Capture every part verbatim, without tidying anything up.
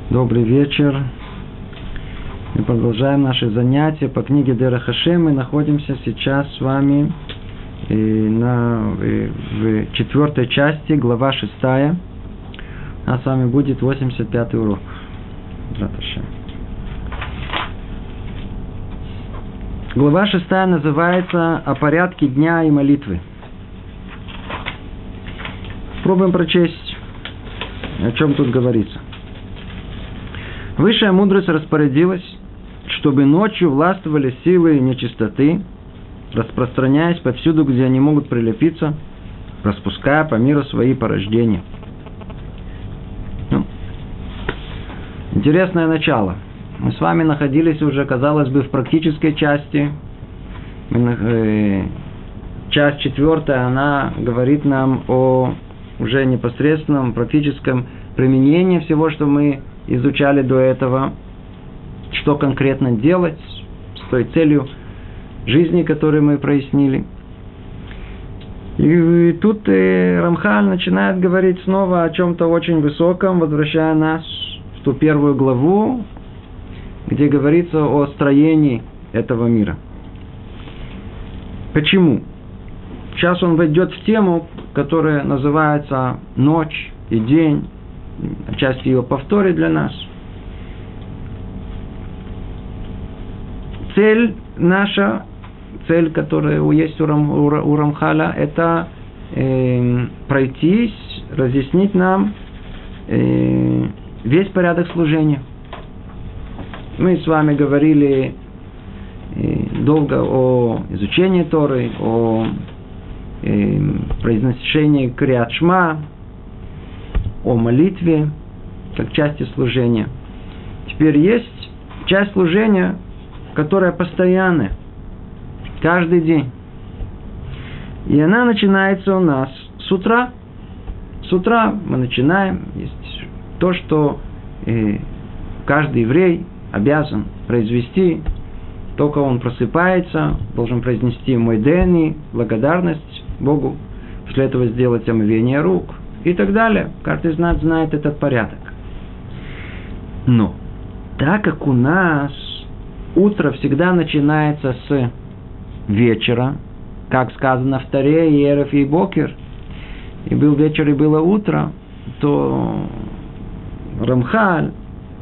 Добрый вечер. Мы продолжаем наши занятия по книге Дерех Хашем. Мы находимся сейчас с вами на, в четвертой части, глава шестая. А с вами будет восемьдесят пятый урок. Глава шестая называется «О порядке дня и молитвы». Пробуем прочесть, о чем тут говорится. Высшая мудрость распорядилась, чтобы ночью властвовали силы нечистоты, распространяясь повсюду, где они могут прилепиться, распуская по миру свои порождения. Ну, интересное начало. Мы с вами находились уже, казалось бы, в практической части. Мы, э, часть четвертая, она говорит нам о уже непосредственном практическом применении всего, что мы изучали до этого, что конкретно делать с той целью жизни, которую мы прояснили. И тут Рамхаль начинает говорить снова о чем-то очень высоком, возвращая нас в ту первую главу, где говорится о строении этого мира. Почему? Сейчас он войдет в тему, которая называется «Ночь и день». Часть ее повторит для нас. Цель наша, цель, которая есть у, Рам, у Рамхаля, это э, пройтись, разъяснить нам э, весь порядок служения. Мы с вами говорили э, долго о изучении Торы, о э, произношении Криат Шма, о молитве, как части служения. Теперь есть часть служения, которая постоянная, каждый день. И она начинается у нас с утра. С утра мы начинаем. Есть то, что э, каждый еврей обязан произвести. Только он просыпается, должен произнести мойдени, благодарность Богу. После этого сделать омывение рук. И так далее. Каждый из нас знает этот порядок. Но, так как у нас утро всегда начинается с вечера, как сказано в Торе, Ерев и Бокер, и был вечер, и было утро, то Рамхаль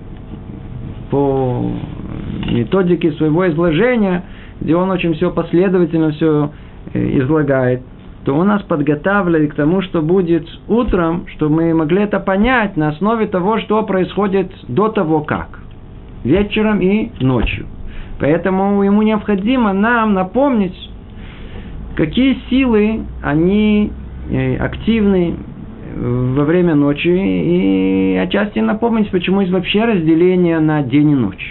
по методике своего изложения, где он очень все последовательно все излагает, то он нас подготавливает к тому, что будет утром, чтобы мы могли это понять на основе того, что происходит до того как. Вечером и ночью. Поэтому ему необходимо нам напомнить, какие силы, они активны во время ночи, и отчасти напомнить, почему есть вообще разделение на день и ночь.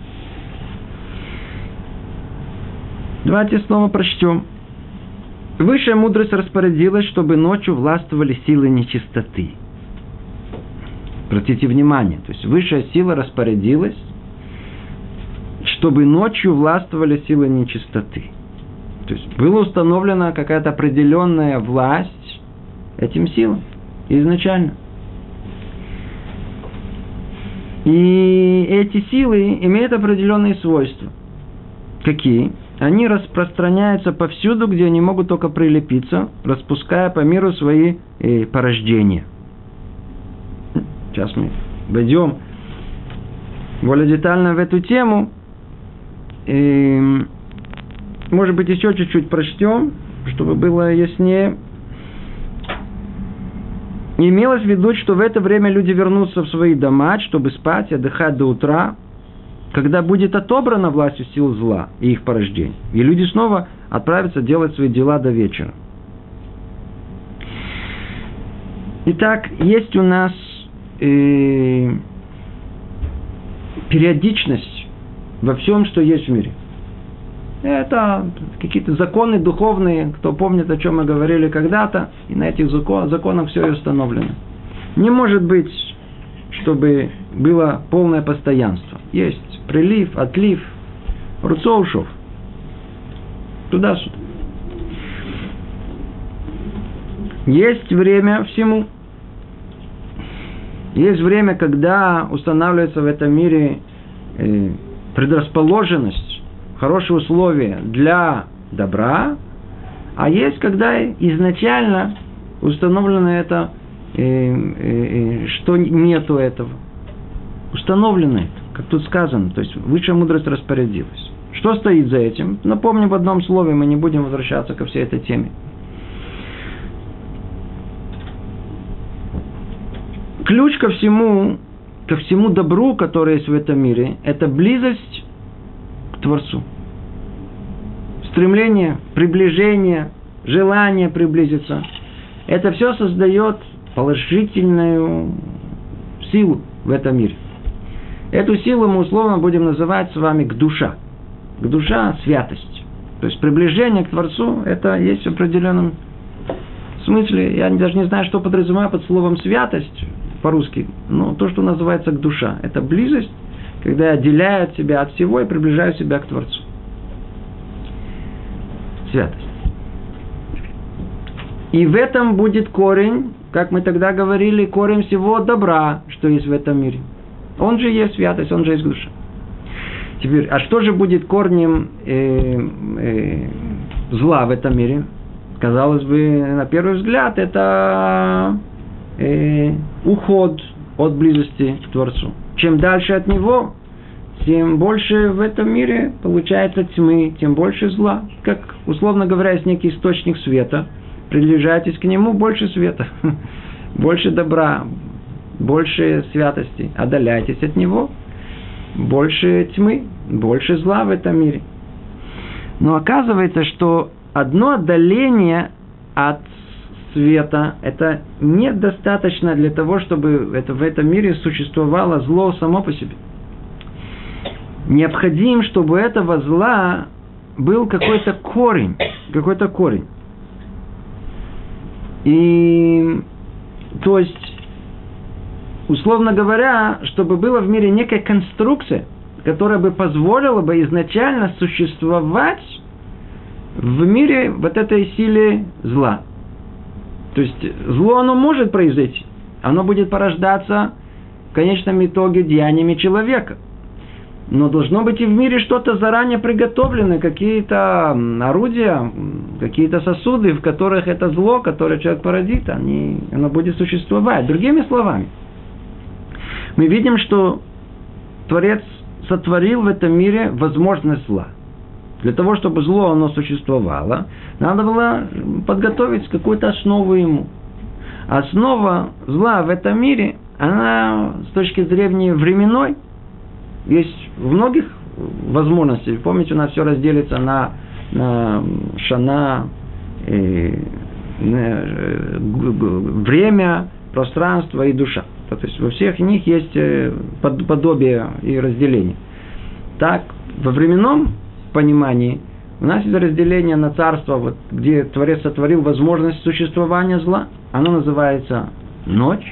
Давайте снова прочтем. Высшая мудрость распорядилась, чтобы ночью властвовали силы нечистоты. Обратите внимание, то есть высшая сила распорядилась, чтобы ночью властвовали силы нечистоты. То есть была установлена какая-то определенная власть этим силам изначально. И эти силы имеют определенные свойства. Какие? Они распространяются повсюду, где они могут только прилепиться, распуская по миру свои э, порождения. Сейчас мы войдем более детально в эту тему. И, может быть, еще чуть-чуть прочтем, чтобы было яснее. Имелось в виду, что в это время люди вернутся в свои дома, чтобы спать и отдыхать до утра, когда будет отобрана властью сил зла и их порождений. И люди снова отправятся делать свои дела до вечера. Итак, есть у нас э, периодичность во всем, что есть в мире. Это какие-то законы духовные, кто помнит, о чем мы говорили когда-то, и на этих закон, законах все и установлено. Не может быть, чтобы было полное постоянство. Есть прилив, отлив, руцоушов. Туда-сюда. Есть время всему. Есть время, когда устанавливается в этом мире предрасположенность, хорошие условия для добра, а есть, когда изначально установлено это, что нету этого. Установлено это, как тут сказано, то есть высшая мудрость распорядилась. Что стоит за этим? Напомню в одном слове, мы не будем возвращаться ко всей этой теме. Ключ ко всему, ко всему добру, которое есть в этом мире, это близость к Творцу. Стремление, приближение, желание приблизиться. Это все создает положительную силу в этом мире. Эту силу мы условно будем называть с вами гдуша. Гдуша – святость. То есть приближение к Творцу – это есть в определенном смысле. Я даже не знаю, что подразумеваю под словом святость по-русски. Но то, что называется гдуша – это близость, когда я отделяю от себя от всего и приближаю себя к Творцу. Святость. И в этом будет корень, как мы тогда говорили, корень всего добра, что есть в этом мире. Он же есть святость, он же есть душа. Теперь, а что же будет корнем э, э, зла в этом мире? Казалось бы, на первый взгляд, это э, уход от близости к Творцу. Чем дальше от него, тем больше в этом мире получается тьмы, тем больше зла. Как, условно говоря, есть некий источник света. Приближайтесь к нему, больше света, больше добра, больше святости. Отдаляйтесь от него, больше тьмы, больше зла в этом мире. Но оказывается, что одно отдаление от света, это недостаточно для того, чтобы это, в этом мире существовало зло само по себе. Необходим, чтобы у этого зла был какой-то корень, какой-то корень. И, то есть, условно говоря, чтобы была в мире некая конструкция, которая бы позволила бы изначально существовать в мире вот этой силе зла. То есть, зло, оно может произойти. Оно будет порождаться в конечном итоге деяниями человека. Но должно быть и в мире что-то заранее приготовленное, какие-то орудия, какие-то сосуды, в которых это зло, которое человек породит, они, оно будет существовать. Другими словами, мы видим, что Творец сотворил в этом мире возможность зла. Для того, чтобы зло оно существовало, надо было подготовить какую-то основу ему. Основа зла в этом мире, она с точки зрения временной, есть многих возможностей. Помните, у нас все разделится на, на шана, э, э, время, пространство и душа. То есть во всех них есть подобие и разделение. Так, во временном понимании у нас есть разделение на царство, вот, где Творец сотворил возможность существования зла. Оно называется ночь,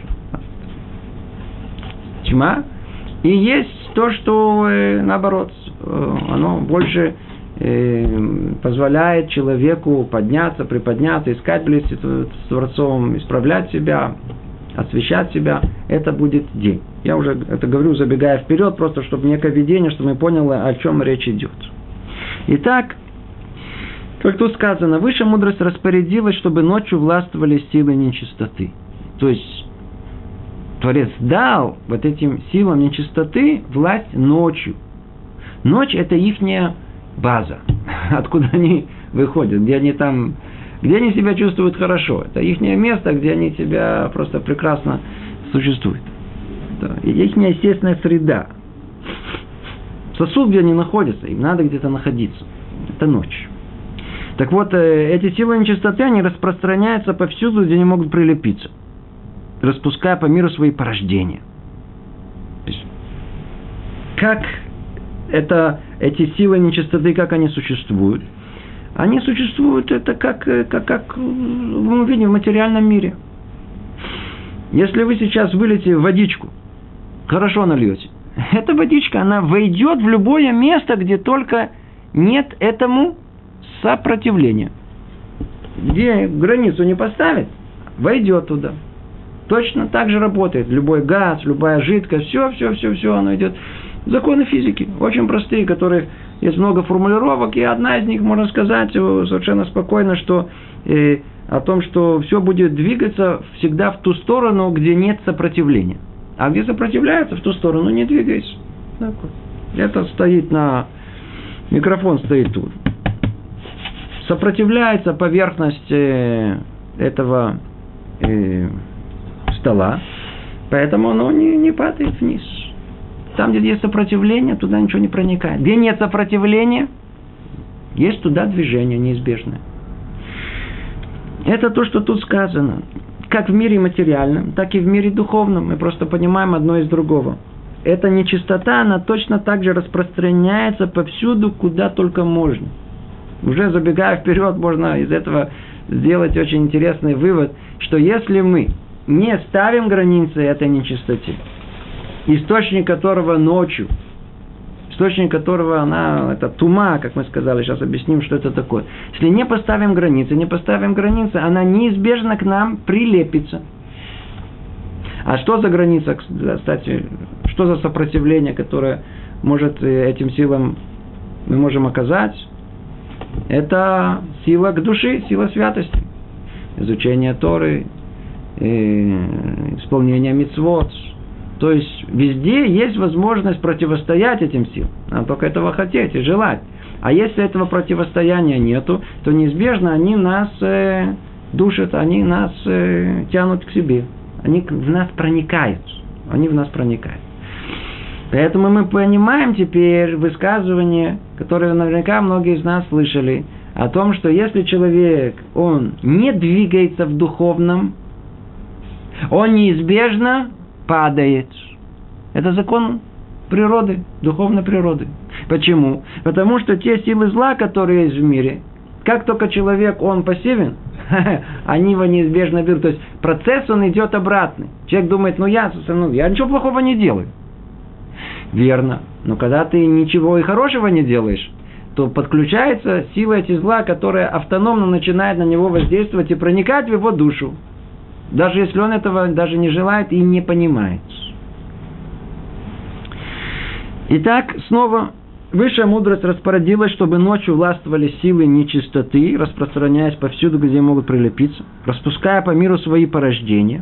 тьма. И есть то, что, э, наоборот, э, оно больше э, позволяет человеку подняться, приподняться, искать близость с Творцом, исправлять себя, освещать себя. Это будет день. Я уже это говорю, забегая вперед, просто чтобы некое видение, чтобы мы поняли, о чем речь идет. Итак, как тут сказано, высшая мудрость распорядилась, чтобы ночью властвовали силы нечистоты. То есть, Творец дал вот этим силам нечистоты власть ночью. Ночь – это ихняя база, откуда они выходят, где они там, где они себя чувствуют хорошо. Это ихнее место, где они себя просто прекрасно существуют. Это ихняя естественная среда. Сосуд, где они находятся, им надо где-то находиться. Это ночь. Так вот, эти силы нечистоты, они распространяются повсюду, где они могут прилепиться, распуская по миру свои порождения. То есть, как это, эти силы нечистоты, как они существуют? Они существуют, это как, как, как мы видим в материальном мире. Если вы сейчас выльете водичку, хорошо нальете, эта водичка, она войдет в любое место, где только нет этому сопротивления. Где границу не поставит, войдет туда. точно так же работает. Любой газ, любая жидкость, все, все, все, все, оно идет. Законы физики, очень простые, которые есть много формулировок, и одна из них, можно сказать совершенно спокойно, что э, о том, что все будет двигаться всегда в ту сторону, где нет сопротивления. А где сопротивляется, в ту сторону не двигайся. Это стоит на... Микрофон стоит тут. Сопротивляется поверхность э, этого э, стола, поэтому оно не, не падает вниз. Там, где есть сопротивление, туда ничего не проникает. Где нет сопротивления, есть туда движение неизбежное. Это то, что тут сказано. Как в мире материальном, так и в мире духовном. Мы просто понимаем одно из другого. Эта нечистота, она точно так же распространяется повсюду, куда только можно. Уже забегая вперед, можно из этого сделать очень интересный вывод, что если мы не ставим границы этой нечистоте, источник которого ночью, источник которого она, это тума, как мы сказали, сейчас объясним, что это такое. Если не поставим границы, не поставим границы, она неизбежно к нам прилепится. А что за граница, кстати, что за сопротивление, которое может этим силам мы можем оказать? Это сила к душе, сила святости. Изучение Торы, исполнение мицвот. То есть, везде есть возможность противостоять этим силам. Надо только этого хотеть и желать. А если этого противостояния нету, то неизбежно они нас э, душат, они нас э, тянут к себе. Они в нас проникают. Они в нас проникают. Поэтому мы понимаем теперь высказывание, которое наверняка многие из нас слышали, о том, что если человек, он не двигается в духовном, он неизбежно падает. Это закон природы, духовной природы. Почему? Потому что те силы зла, которые есть в мире, как только человек, он пассивен, они его неизбежно берут. То есть процесс, он идет обратный. Человек думает, ну я, ну, я ничего плохого не делаю. Верно. Но когда ты ничего и хорошего не делаешь, то подключается сила эти зла, которая автономно начинает на него воздействовать и проникать в его душу. Даже если он этого даже не желает и не понимает. Итак, снова высшая мудрость распорядилась, чтобы ночью властвовали силы нечистоты, распространяясь повсюду, где могут прилепиться, распуская по миру свои порождения.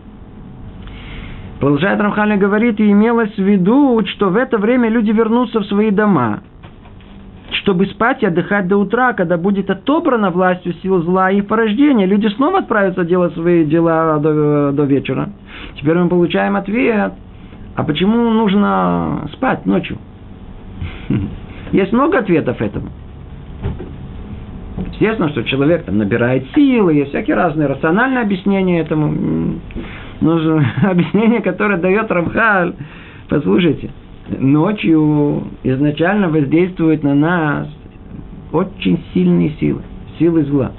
Продолжает Рамхаль говорит, и имелось в виду, что в это время люди вернутся в свои дома, чтобы спать и отдыхать до утра, когда будет отобрана властью сил зла и порождения. Люди снова отправятся делать свои дела до, до вечера. Теперь мы получаем ответ, а почему нужно спать ночью? Есть много ответов этому. Естественно, что человек там набирает силы, есть всякие разные рациональные объяснения этому. Нужно объяснение, которое дает Рамхаль. Послушайте, ночью изначально воздействуют на нас очень сильные силы, силы зла.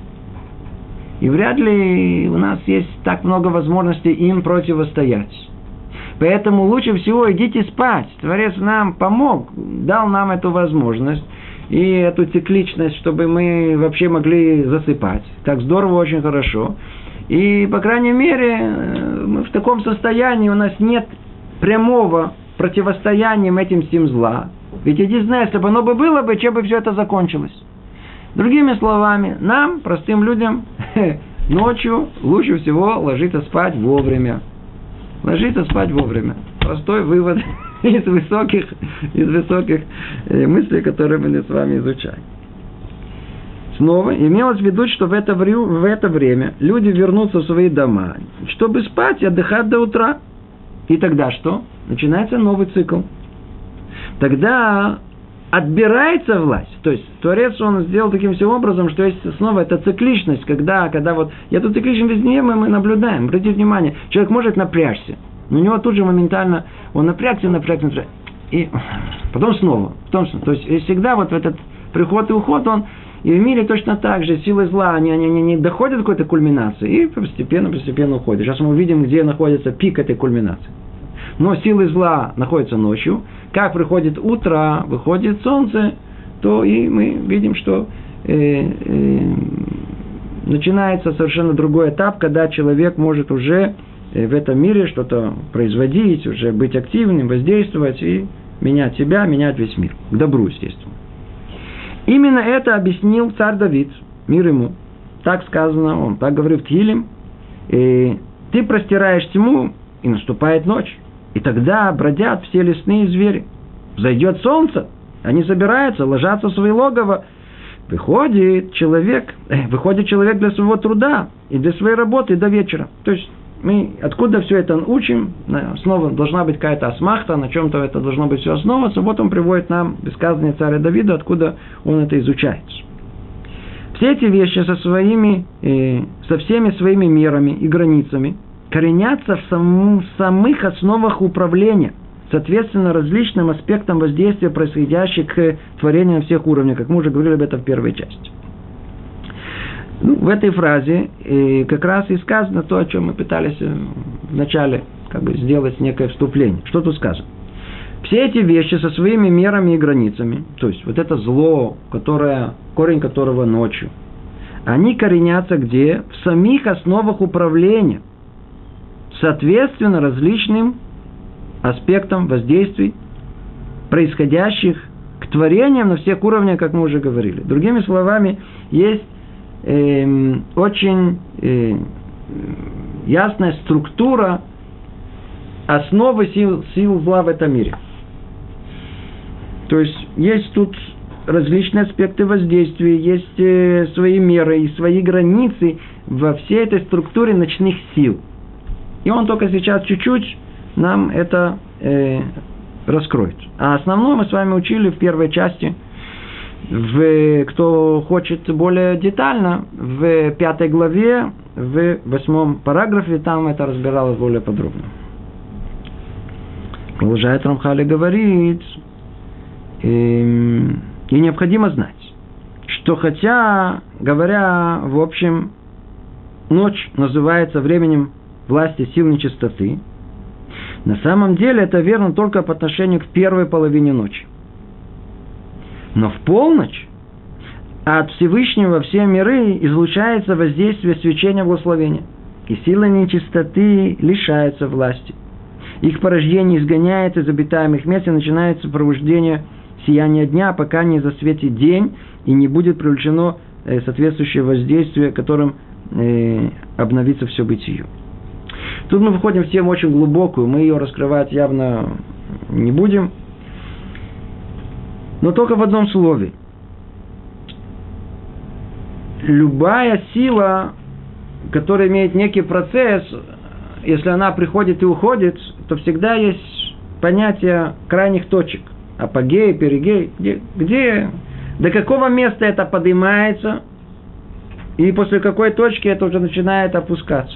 И вряд ли у нас есть так много возможностей им противостоять. Поэтому лучше всего идите спать. Творец нам помог, дал нам эту возможность и эту цикличность, чтобы мы вообще могли засыпать. Так здорово, очень хорошо. И, по крайней мере, мы в таком состоянии, у нас нет прямого противостояния этим силам зла. Ведь иди знай, если бы оно бы было бы, чем бы все это закончилось. Другими словами, нам, простым людям, ночью лучше всего ложиться спать вовремя. Ложиться спать вовремя. Простой вывод из высоких, из высоких мыслей, которые мы с вами изучаем. Снова имелось в виду, что в это, в это время люди вернутся в свои дома, чтобы спать и отдыхать до утра. И тогда что? Начинается новый цикл. Тогда отбирается власть. То есть Творец, он сделал таким всем образом, что есть снова эта цикличность, когда, когда вот... И эту цикличность везде мы, мы наблюдаем. Обратите внимание, человек может напрячься, но у него тут же моментально он напрягся, напрягся, напрягся. И потом снова. Потом снова. То есть всегда вот в этот приход и уход он... И в мире точно так же силы зла, они, они, они не доходят до какой-то кульминации и постепенно, постепенно уходят. Сейчас мы увидим, где находится пик этой кульминации. Но силы зла находятся ночью. Как приходит утро, выходит солнце, то и мы видим, что э, э, начинается совершенно другой этап, когда человек может уже в этом мире что-то производить, уже быть активным, воздействовать и менять себя, менять весь мир. К добру, естественно. Именно это объяснил царь Давид, мир ему. Так сказано, он так говорит в Тхилим. И ты простираешь тьму, и наступает ночь. И тогда бродят все лесные звери. Взойдет солнце, они собираются, ложатся в свои логово. Выходит человек, э, выходит человек для своего труда и для своей работы до вечера. То есть мы откуда все это учим? Снова должна быть какая-то асмахта, на чем-то это должно быть все основываться. Вот он приводит нам высказывание царя Давида, откуда он это изучает. Все эти вещи со своими, э, со всеми своими мерами и границами коренятся в, саму, в самых основах управления, соответственно, различным аспектам воздействия, происходящих к творению на всех уровнях, как мы уже говорили об этом в первой части. Ну, в этой фразе э, как раз и сказано то, о чем мы пытались вначале как бы, сделать некое вступление. Что тут сказано? Все эти вещи со своими мерами и границами, то есть вот это зло, которое, корень которого ночью, они коренятся где? В самих основах управления, соответственно, различным аспектам воздействий, происходящих к творениям на всех уровнях, как мы уже говорили. Другими словами, есть э, очень э, ясная структура основы сил, сил зла в этом мире. То есть, есть тут различные аспекты воздействия, есть э, свои меры и свои границы во всей этой структуре ночных сил. И он только сейчас чуть-чуть нам это э, раскроет. А основное мы с вами учили в первой части, в, кто хочет более детально, в пятой главе, в восьмом параграфе, там это разбиралось более подробно. Продолжает Рамхаль говорит, э, и необходимо знать, что хотя, говоря в общем, ночь называется временем власти сил нечистоты, на самом деле это верно только по отношению к первой половине ночи. Но в полночь от Всевышнего все миры излучается воздействие свечения благословения, и силы нечистоты лишаются власти. Их порождение изгоняется из обитаемых мест, и начинается пробуждение сияния дня, пока не засветит день, и не будет привлечено соответствующее воздействие, которым обновится все бытие. Тут мы выходим в тему очень глубокую, мы ее раскрывать явно не будем. Но только в одном слове. Любая сила, которая имеет некий процесс, если она приходит и уходит, то всегда есть понятие крайних точек. Апогей, перигей. Где, где, до какого места это поднимается, и после какой точки это уже начинает опускаться.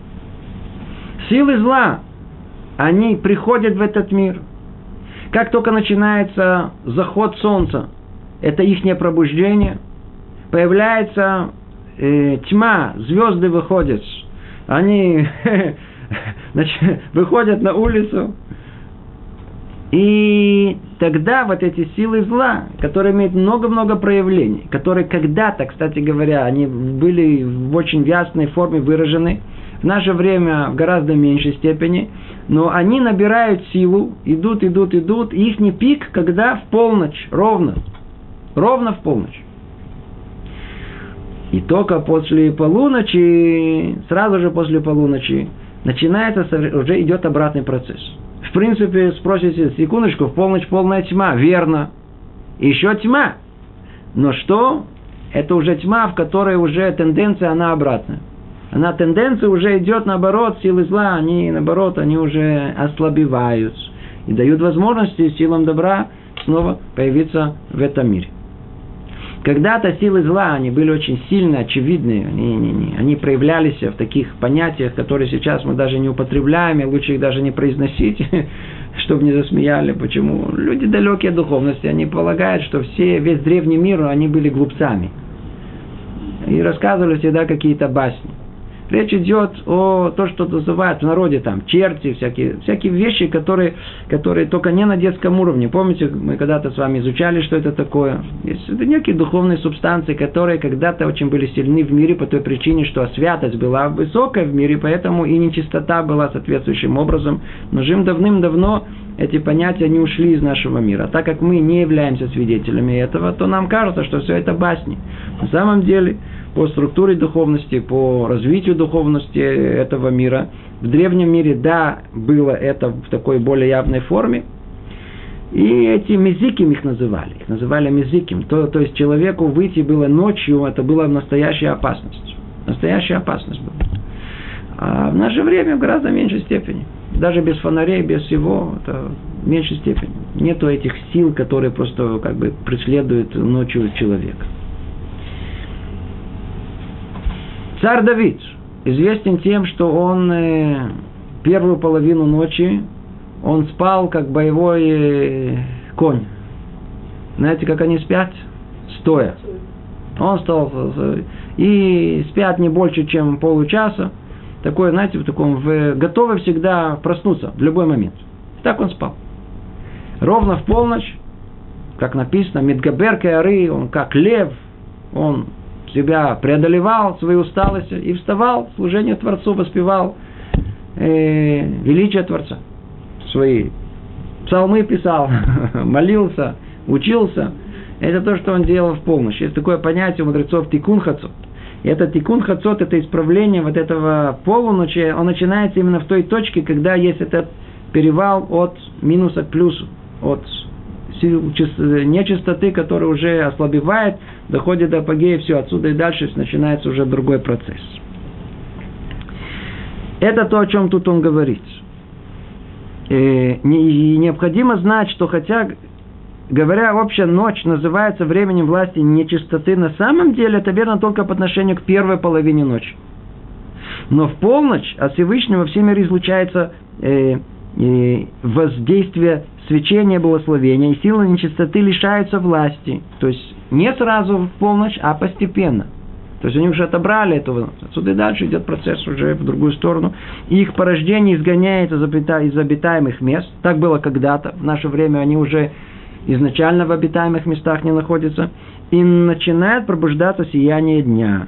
Силы зла, они приходят в этот мир. Как только начинается заход солнца, это ихнее пробуждение, появляется э, тьма, звезды выходят, они выходят на улицу, и тогда вот эти силы зла, которые имеют много-много проявлений, которые когда-то, кстати говоря, они были в очень ясной форме выражены, в наше время в гораздо меньшей степени, но они набирают силу, идут, идут, идут, и их пик, когда в полночь, ровно, ровно в полночь. И только после полуночи, сразу же после полуночи, начинается, уже идет обратный процесс. В принципе, спросите, секундочку, в полночь полная тьма, верно, еще тьма, но что? Это уже тьма, в которой уже тенденция, она обратная. Она тенденция уже идет наоборот, силы зла, они наоборот, они уже ослабевают и дают возможности силам добра снова появиться в этом мире. Когда-то силы зла, они были очень сильно очевидны, они, они, они проявлялись в таких понятиях, которые сейчас мы даже не употребляем, и лучше их даже не произносить, чтобы не засмеяли. Почему? Люди далекие от духовности, они полагают, что все, весь древний мир, они были глупцами. И рассказывали всегда какие-то басни. Речь идет о том, что называют в народе там черти, всякие, всякие вещи, которые, которые только не на детском уровне. Помните, мы когда-то с вами изучали, что это такое? Есть это некие духовные субстанции, которые когда-то очень были сильны в мире по той причине, что святость была высокая в мире, поэтому и нечистота была соответствующим образом. Но же давным-давно эти понятия не ушли из нашего мира. А так как мы не являемся свидетелями этого, то нам кажется, что все это басни. На самом деле, по структуре духовности, по развитию духовности этого мира, в древнем мире, да, было это в такой более явной форме. И эти мезиким их называли. Их называли мезиким. То, то есть человеку выйти было ночью, это была настоящая опасность. Настоящая опасность была. А в наше время в гораздо меньшей степени. Даже без фонарей, без всего, это в меньшей степени. Нету этих сил, которые просто как бы преследуют ночью человека. Царь Давид известен тем, что он э, первую половину ночи он спал как боевой э, конь. Знаете, как они спят? Стоя. Он стал и спят не больше, чем получаса. Такое, знаете, в таком, в, готовы всегда проснуться в любой момент. Так он спал. Ровно в полночь, как написано, Мидгабер Кеары, он как лев, он себя преодолевал, свои усталости, и вставал в служение Творцу, воспевал э, величие Творца. Свои псалмы писал, молился, учился. Это то, что он делал в полночь. Есть такое понятие у мудрецов тикун хацот. И этот тикун хацот, это исправление вот этого полуночи, он начинается именно в той точке, когда есть этот перевал от минуса к плюсу, от нечистоты, которая уже ослабевает, доходит до апогея, все, отсюда и дальше начинается уже другой процесс. Это то, о чем тут он говорит. И необходимо знать, что хотя, говоря общая ночь называется временем власти нечистоты, на самом деле это верно только по отношению к первой половине ночи. Но в полночь от Всевышнего в все миры излучается э, э, воздействие свечения благословения, и силы нечистоты лишаются власти. То есть не сразу в полночь, а постепенно. То есть они уже отобрали этого. Отсюда и дальше идет процесс уже в другую сторону. И их порождение изгоняется из обитаемых мест. Так было когда-то. В наше время они уже изначально в обитаемых местах не находятся. И начинает пробуждаться сияние дня.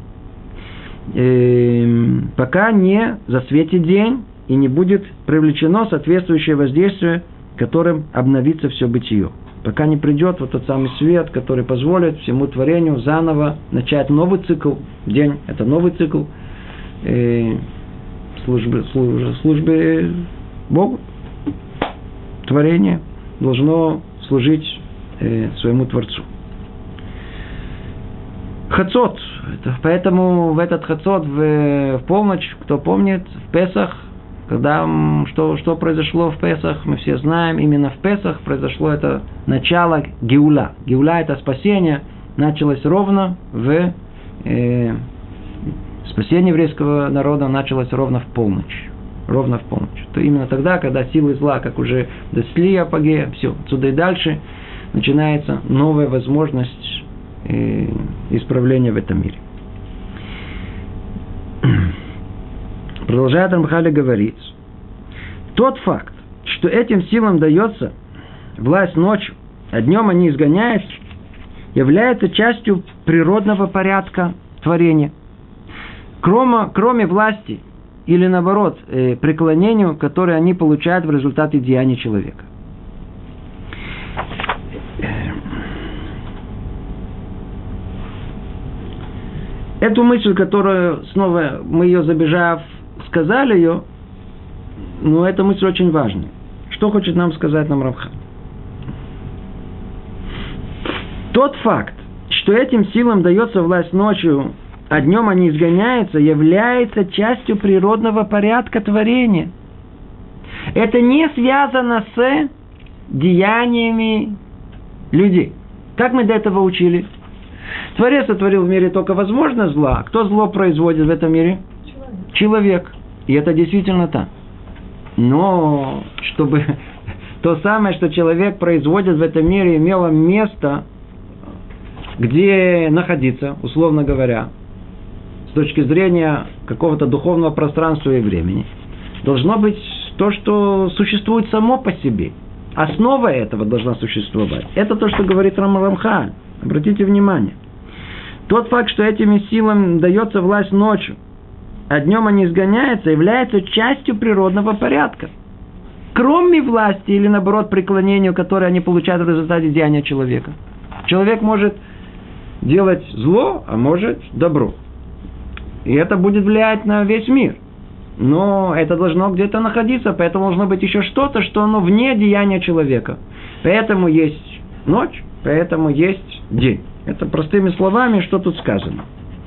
И пока не засветит день и не будет привлечено соответствующее воздействие, которым обновится все бытие. Пока не придет вот тот самый свет, который позволит всему творению заново начать новый цикл. День – это новый цикл э, службы, службы, службы Богу. Творение должно служить э, своему Творцу. Хацот. Это, поэтому в этот хацот, в, в полночь, кто помнит, в Песах, когда, что, что произошло в Песах, мы все знаем, именно в Песах произошло это начало Геула. Геула – это спасение, началось ровно в... Э, спасение еврейского народа началось ровно в полночь. Ровно в полночь. То именно тогда, когда силы зла, как уже достигли апогея, все, отсюда и дальше начинается новая возможность э, исправления в этом мире. Продолжает Рамхаль говорить, тот факт, что этим силам дается власть ночью, а днем они изгоняют, является частью природного порядка творения. Кроме, кроме власти или, наоборот, э, преклонению, которое они получают в результате деяния человека. Эту мысль, которую снова мы ее забежав, сказали ее, но эта мысль очень важная. Что хочет нам сказать нам Рамхаль? Тот факт, что этим силам дается власть ночью, а днем они изгоняются, является частью природного порядка творения. Это не связано с деяниями людей. Как мы до этого учили? Творец сотворил в мире только возможно зла. Кто зло производит в этом мире? Человек. Человек. И это действительно так. Но чтобы то самое, что человек производит в этом мире, имело место, где находиться, условно говоря, с точки зрения какого-то духовного пространства и времени, должно быть то, что существует само по себе. Основа этого должна существовать. Это то, что говорит Рамхаль. Обратите внимание. Тот факт, что этими силам дается власть ночью, а днем они изгоняются, является частью природного порядка. Кроме власти или, наоборот, преклонению, которое они получают в результате деяния человека. Человек может делать зло, а может добро. И это будет влиять на весь мир. Но это должно где-то находиться, поэтому должно быть еще что-то, что оно вне деяния человека. Поэтому есть ночь, поэтому есть день. Это простыми словами, что тут сказано.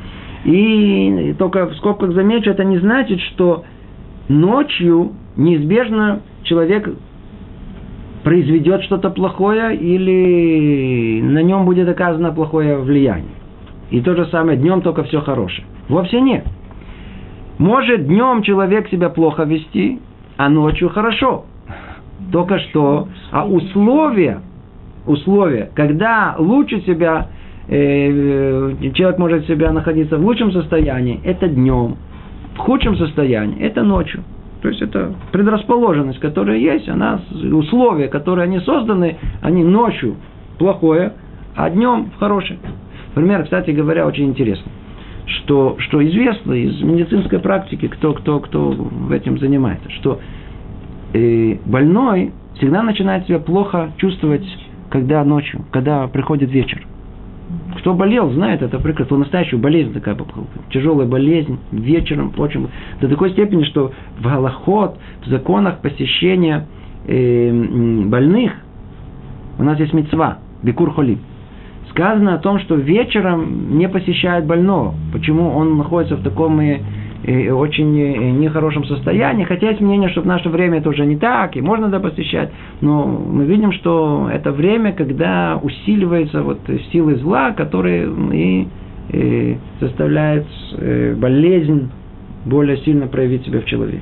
И только в скобках замечу, это не значит, что ночью неизбежно человек произведет что-то плохое или на нем будет оказано плохое влияние. И то же самое, днем только все хорошее. Вовсе нет. Может днем человек себя плохо вести, а ночью хорошо. Только что, а условия, условия, когда лучше себя, э, человек может себя находиться в лучшем состоянии, это днем, в худшем состоянии, это ночью. То есть это предрасположенность, которая есть, она, условия, которые они созданы, они ночью плохое, а днем хорошее. Пример, кстати говоря, очень интересный. Что, что известно из медицинской практики, кто, кто, кто в этом занимается, что э, больной всегда начинает себя плохо чувствовать, когда ночью, когда приходит вечер. Кто болел, знает это прекрасно. Настоящую болезнь такая, тяжелая болезнь, вечером, очень, до такой степени, что в галахот, в законах посещения э, больных, у нас есть мицва, бикур холим. Сказано о том, что вечером не посещает больного. Почему он находится в таком и, и очень нехорошем состоянии. Хотя есть мнение, что в наше время это уже не так, и можно да посещать. Но мы видим, что это время, когда усиливается вот силы зла, которые и, и заставляют болезнь более сильно проявить себя в человеке.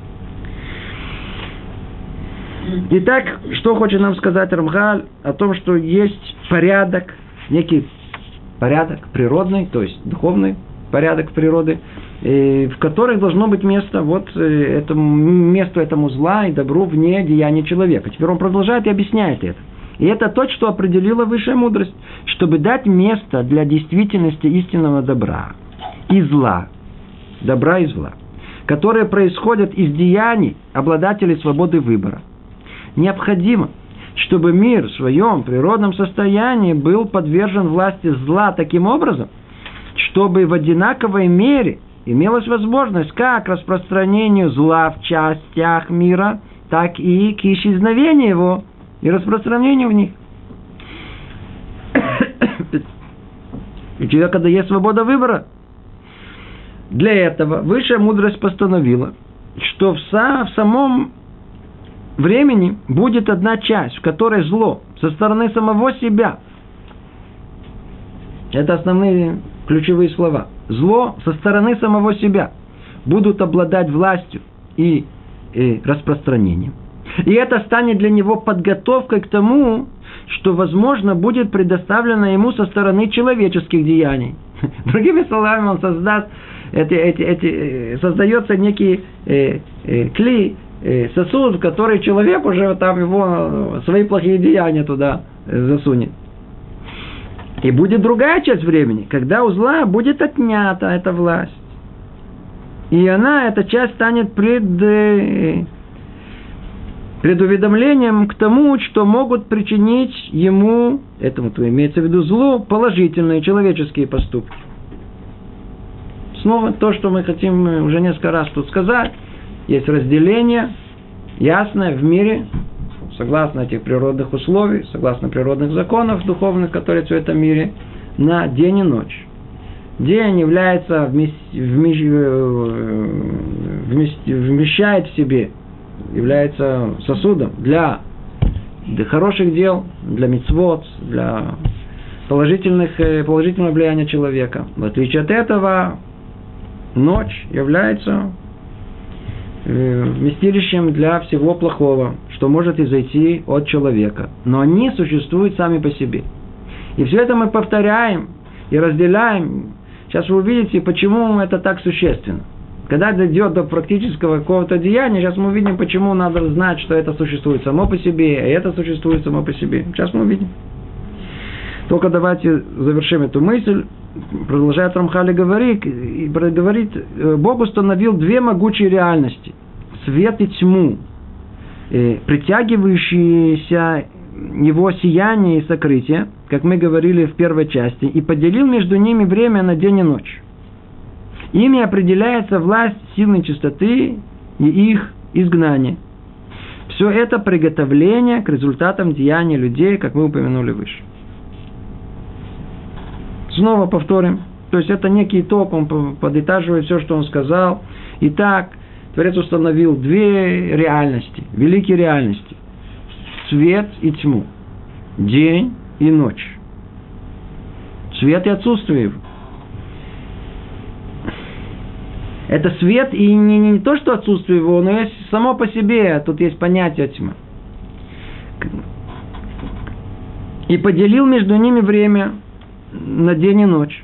Итак, что хочет нам сказать Рамхаль? О том, что есть порядок, некий порядок природный, то есть духовный порядок природы, в которых должно быть место вот этому месту этому зла и добру вне деяния человека. Теперь он продолжает и объясняет это. И это то, что определила высшая мудрость, чтобы дать место для действительности истинного добра и зла, добра и зла, которые происходят из деяний обладателей свободы выбора. Необходимо, чтобы мир в своем природном состоянии был подвержен власти зла таким образом, чтобы в одинаковой мере имелась возможность как к распространению зла в частях мира, так и к исчезновению его и распространению в них. У человека, когда есть свобода выбора, для этого высшая мудрость постановила, что в, са, в самом времени будет одна часть, в которой зло со стороны самого себя. Это основные ключевые слова. Зло со стороны самого себя будут обладать властью и, и распространением. И это станет для него подготовкой к тому, что, возможно, будет предоставлено ему со стороны человеческих деяний. Другими словами, он создаст, эти, эти, эти, создается некий э, э, клей, сосуд, в который человек уже там его свои плохие деяния туда засунет. И будет другая часть времени, когда у зла будет отнята эта власть. И она, эта часть, станет пред, предуведомлением к тому, что могут причинить ему, этому то имеется в виду злу, положительные человеческие поступки. Снова то, что мы хотим уже несколько раз тут сказать. Есть разделение ясное в мире, согласно этих природных условий, согласно природных законов духовных, которые в этом мире, на день и ночь. День является, вмещ, вмещ, вмещ, вмещает в себе, является сосудом для, для хороших дел, для мицвот, для положительных, положительного влияния человека. В отличие от этого, ночь является вместилищем для всего плохого, что может изойти от человека. Но они существуют сами по себе. И все это мы повторяем и разделяем Сейчас вы увидите, почему это так существенно. Когда дойдет до практического какого-то деяния, сейчас мы увидим, почему надо знать, что это существует само по себе, и это существует само по себе. Сейчас мы увидим. Только давайте завершим эту мысль. Продолжает Рамхаль говорит, и говорит, Бог установил две могучие реальности. Свет и тьму, притягивающиеся его сияние и сокрытие, как мы говорили в первой части, и поделил между ними время на день и ночь. Ими определяется власть силы чистоты и их изгнание. Все это приготовление к результатам деяния людей, как мы упомянули выше. Снова повторим. То есть это некий итог, он подытаживает все, что он сказал. Итак, Творец установил две реальности, великие реальности. Свет и тьму. День и ночь. Свет и отсутствие его. Это свет и не, не то, что отсутствие его, но есть само по себе, тут есть понятие тьмы. И поделил между ними время на день и ночь.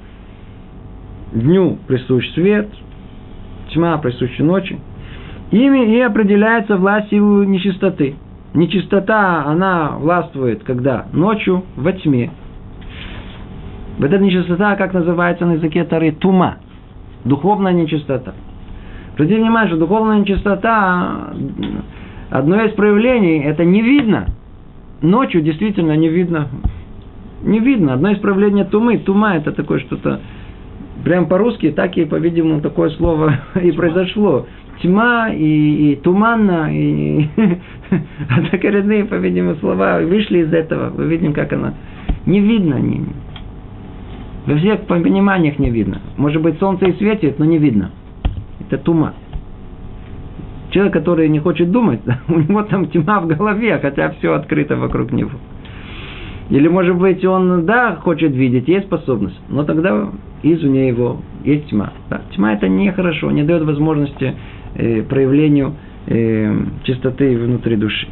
Дню присущ свет, тьма присуща ночи. Ими и определяется власть силы нечистоты. Нечистота, она властвует, когда? Ночью во тьме. Вот эта нечистота, как называется на языке Торы, тума. Духовная нечистота. Обратите внимание, что духовная нечистота, одно из проявлений, это не видно. Ночью действительно не видно. Не видно. Одно из проявлений тумы. Тума это такое что-то, прям по-русски, так и, по-видимому, такое слово и произошло. Тьма и, и туманно, и однокоренные, по-видимому, слова вышли из этого. Мы видим, как она не видно. Не, во всех пониманиях не видно. Может быть, солнце и светит, но не видно. Это тума. Человек, который не хочет думать, у него там тьма в голове, хотя все открыто вокруг него. Или, может быть, он, да, хочет видеть, есть способность, но тогда извне его есть тьма. Да, тьма это нехорошо, не дает возможности э, проявлению э, чистоты внутри души.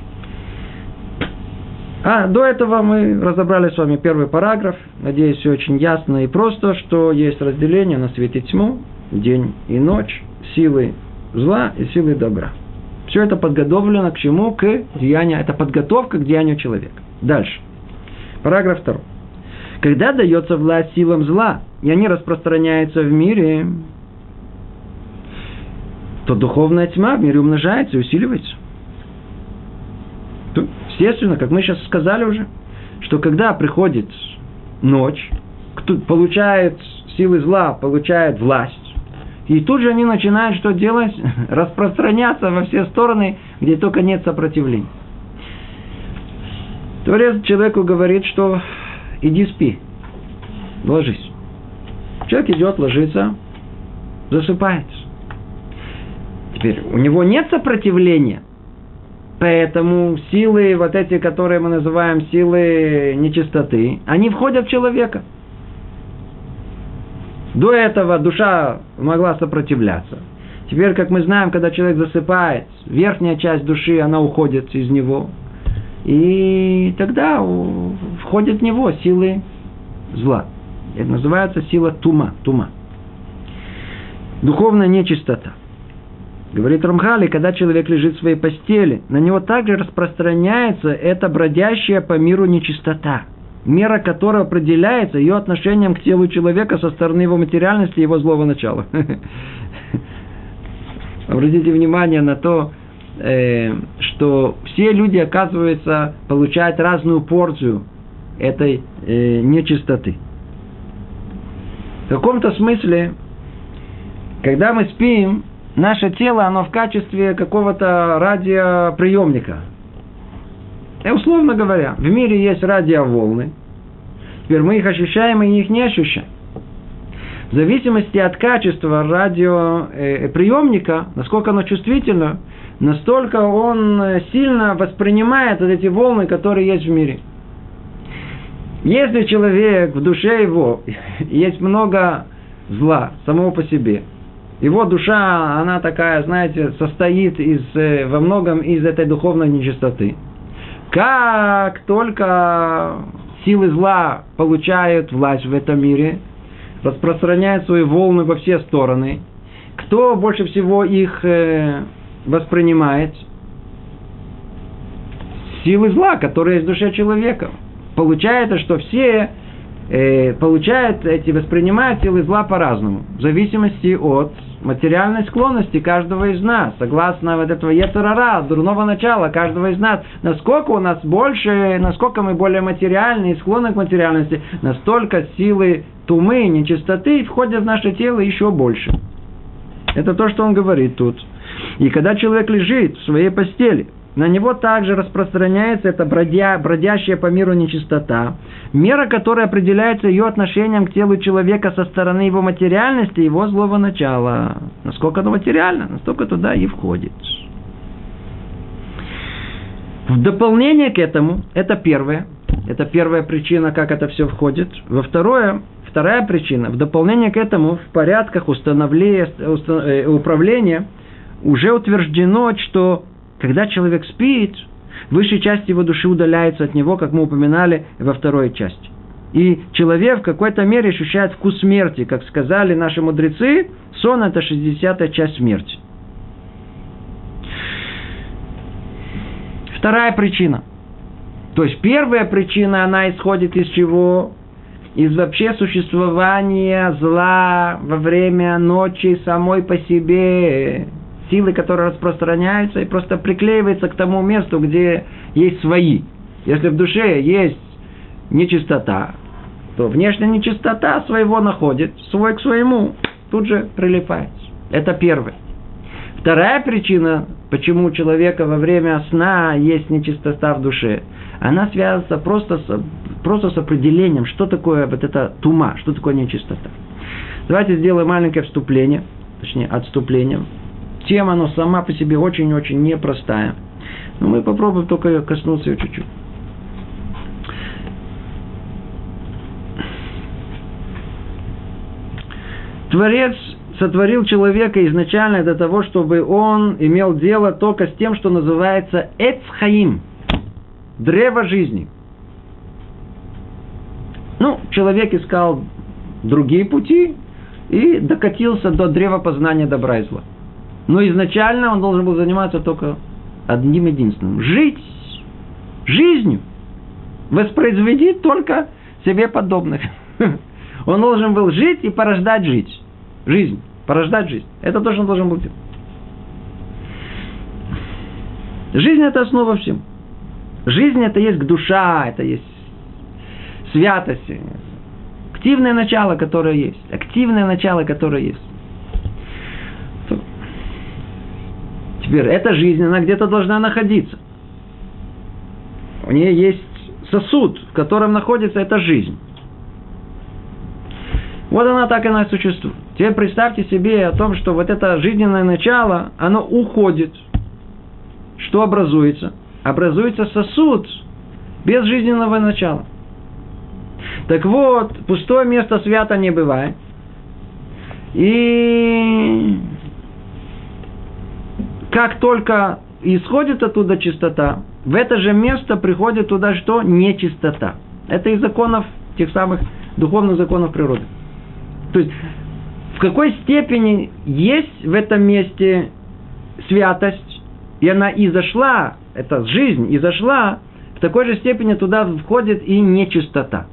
А, до этого мы разобрали с вами первый параграф. Надеюсь, все очень ясно и просто, что есть разделение на свет и тьму, день и ночь, силы зла и силы добра. Все это подготовлено к чему? К деянию. Это подготовка к деянию человека. Дальше. Параграф второй. Когда дается власть силам зла, и они распространяются в мире, то духовная тьма в мире умножается и усиливается. Естественно, как мы сейчас сказали уже, что когда приходит ночь, кто получает силы зла, получает власть, и тут же они начинают что делать? Распространяться во все стороны, где только нет сопротивления. Творец человеку говорит, что иди спи, ложись. Человек идет, ложится, засыпает. Теперь у него нет сопротивления. Поэтому силы, вот эти, которые мы называем силы нечистоты, они входят в человека. До этого душа могла сопротивляться. Теперь, как мы знаем, когда человек засыпает, верхняя часть души, она уходит из него. И тогда входят в него силы зла. Это называется сила тума. тума. Духовная нечистота. Говорит Рамхаль, когда человек лежит в своей постели, на него также распространяется эта бродящая по миру нечистота, мера которой определяется ее отношением к телу человека со стороны его материальности и его злого начала. Обратите внимание на то, что все люди, оказывается, получают разную порцию этой нечистоты. В каком-то смысле, когда мы спим, наше тело, оно в качестве какого-то радиоприемника. И условно говоря, в мире есть радиоволны. Теперь мы их ощущаем и их не ощущаем. В зависимости от качества радиоприемника, насколько оно чувствительно, настолько он сильно воспринимает вот эти волны, которые есть в мире. Если человек, в душе его есть много зла самого по себе, его душа, она такая, знаете, состоит из, во многом из этой духовной нечистоты. Как только силы зла получают власть в этом мире, распространяет свои волны во все стороны. Кто больше всего их э, воспринимает? Силы зла, которые есть в душе человека. Получается, что все э, получают эти, воспринимают силы зла по-разному. В зависимости от материальной склонности каждого из нас. Согласно вот этого йецер ара, дурного начала каждого из нас. Насколько у нас больше, насколько мы более материальны и склонны к материальности, настолько силы тумы, нечистоты входят в наше тело еще больше. Это то, что он говорит тут. И когда человек лежит в своей постели, на него также распространяется эта бродя, бродящая по миру нечистота, мера которой определяется ее отношением к телу человека со стороны его материальности и его злого начала. Насколько оно материально, настолько туда и входит. В дополнение к этому, это первое, это первая причина, как это все входит. Во второе, вторая причина, в дополнение к этому, в порядках установления, управления уже утверждено, что когда человек спит, высшая часть его души удаляется от него, как мы упоминали во второй части. И человек в какой-то мере ощущает вкус смерти. Как сказали наши мудрецы, сон – это шестидесятая часть смерти. Вторая причина. То есть первая причина, она исходит из чего? Из вообще существования зла во время ночи самой по себе. Силы, которые распространяются и просто приклеиваются к тому месту, где есть свои. Если в душе есть нечистота, то внешняя нечистота своего находит, свой к своему, тут же прилипает. Это первое. Вторая причина, почему у человека во время сна есть нечистота в душе, она связана просто с, просто с определением, что такое вот эта тума, что такое нечистота. Давайте сделаем маленькое вступление, точнее отступление. Тема, она сама по себе очень-очень непростая. Но мы попробуем только коснуться ее чуть-чуть. Творец сотворил человека изначально для того, чтобы он имел дело только с тем, что называется эц хаим, древо жизни. Ну, человек искал другие пути и докатился до древа познания добра и зла. Но изначально он должен был заниматься только одним единственным. Жить жизнью. Воспроизводить только себе подобных. Он должен был жить и порождать жить. Жизнь. Порождать жизнь. Это то, что он должен был делать. Жизнь – это основа всем. Жизнь – это есть душа, это есть святость. Активное начало, которое есть. Активное начало, которое есть. Теперь, эта жизнь, она где-то должна находиться. У нее есть сосуд, в котором находится эта жизнь. Вот она так и она существует. Теперь представьте себе о том, что вот это жизненное начало, оно уходит. Что образуется? Образуется сосуд без жизненного начала. Так вот, пустое место свято не бывает. И как только исходит оттуда чистота, в это же место приходит туда что? Нечистота. Это из законов, тех самых духовных законов природы. То есть, в какой степени есть в этом месте святость, и она изошла, эта жизнь изошла, в такой же степени туда входит и нечистота.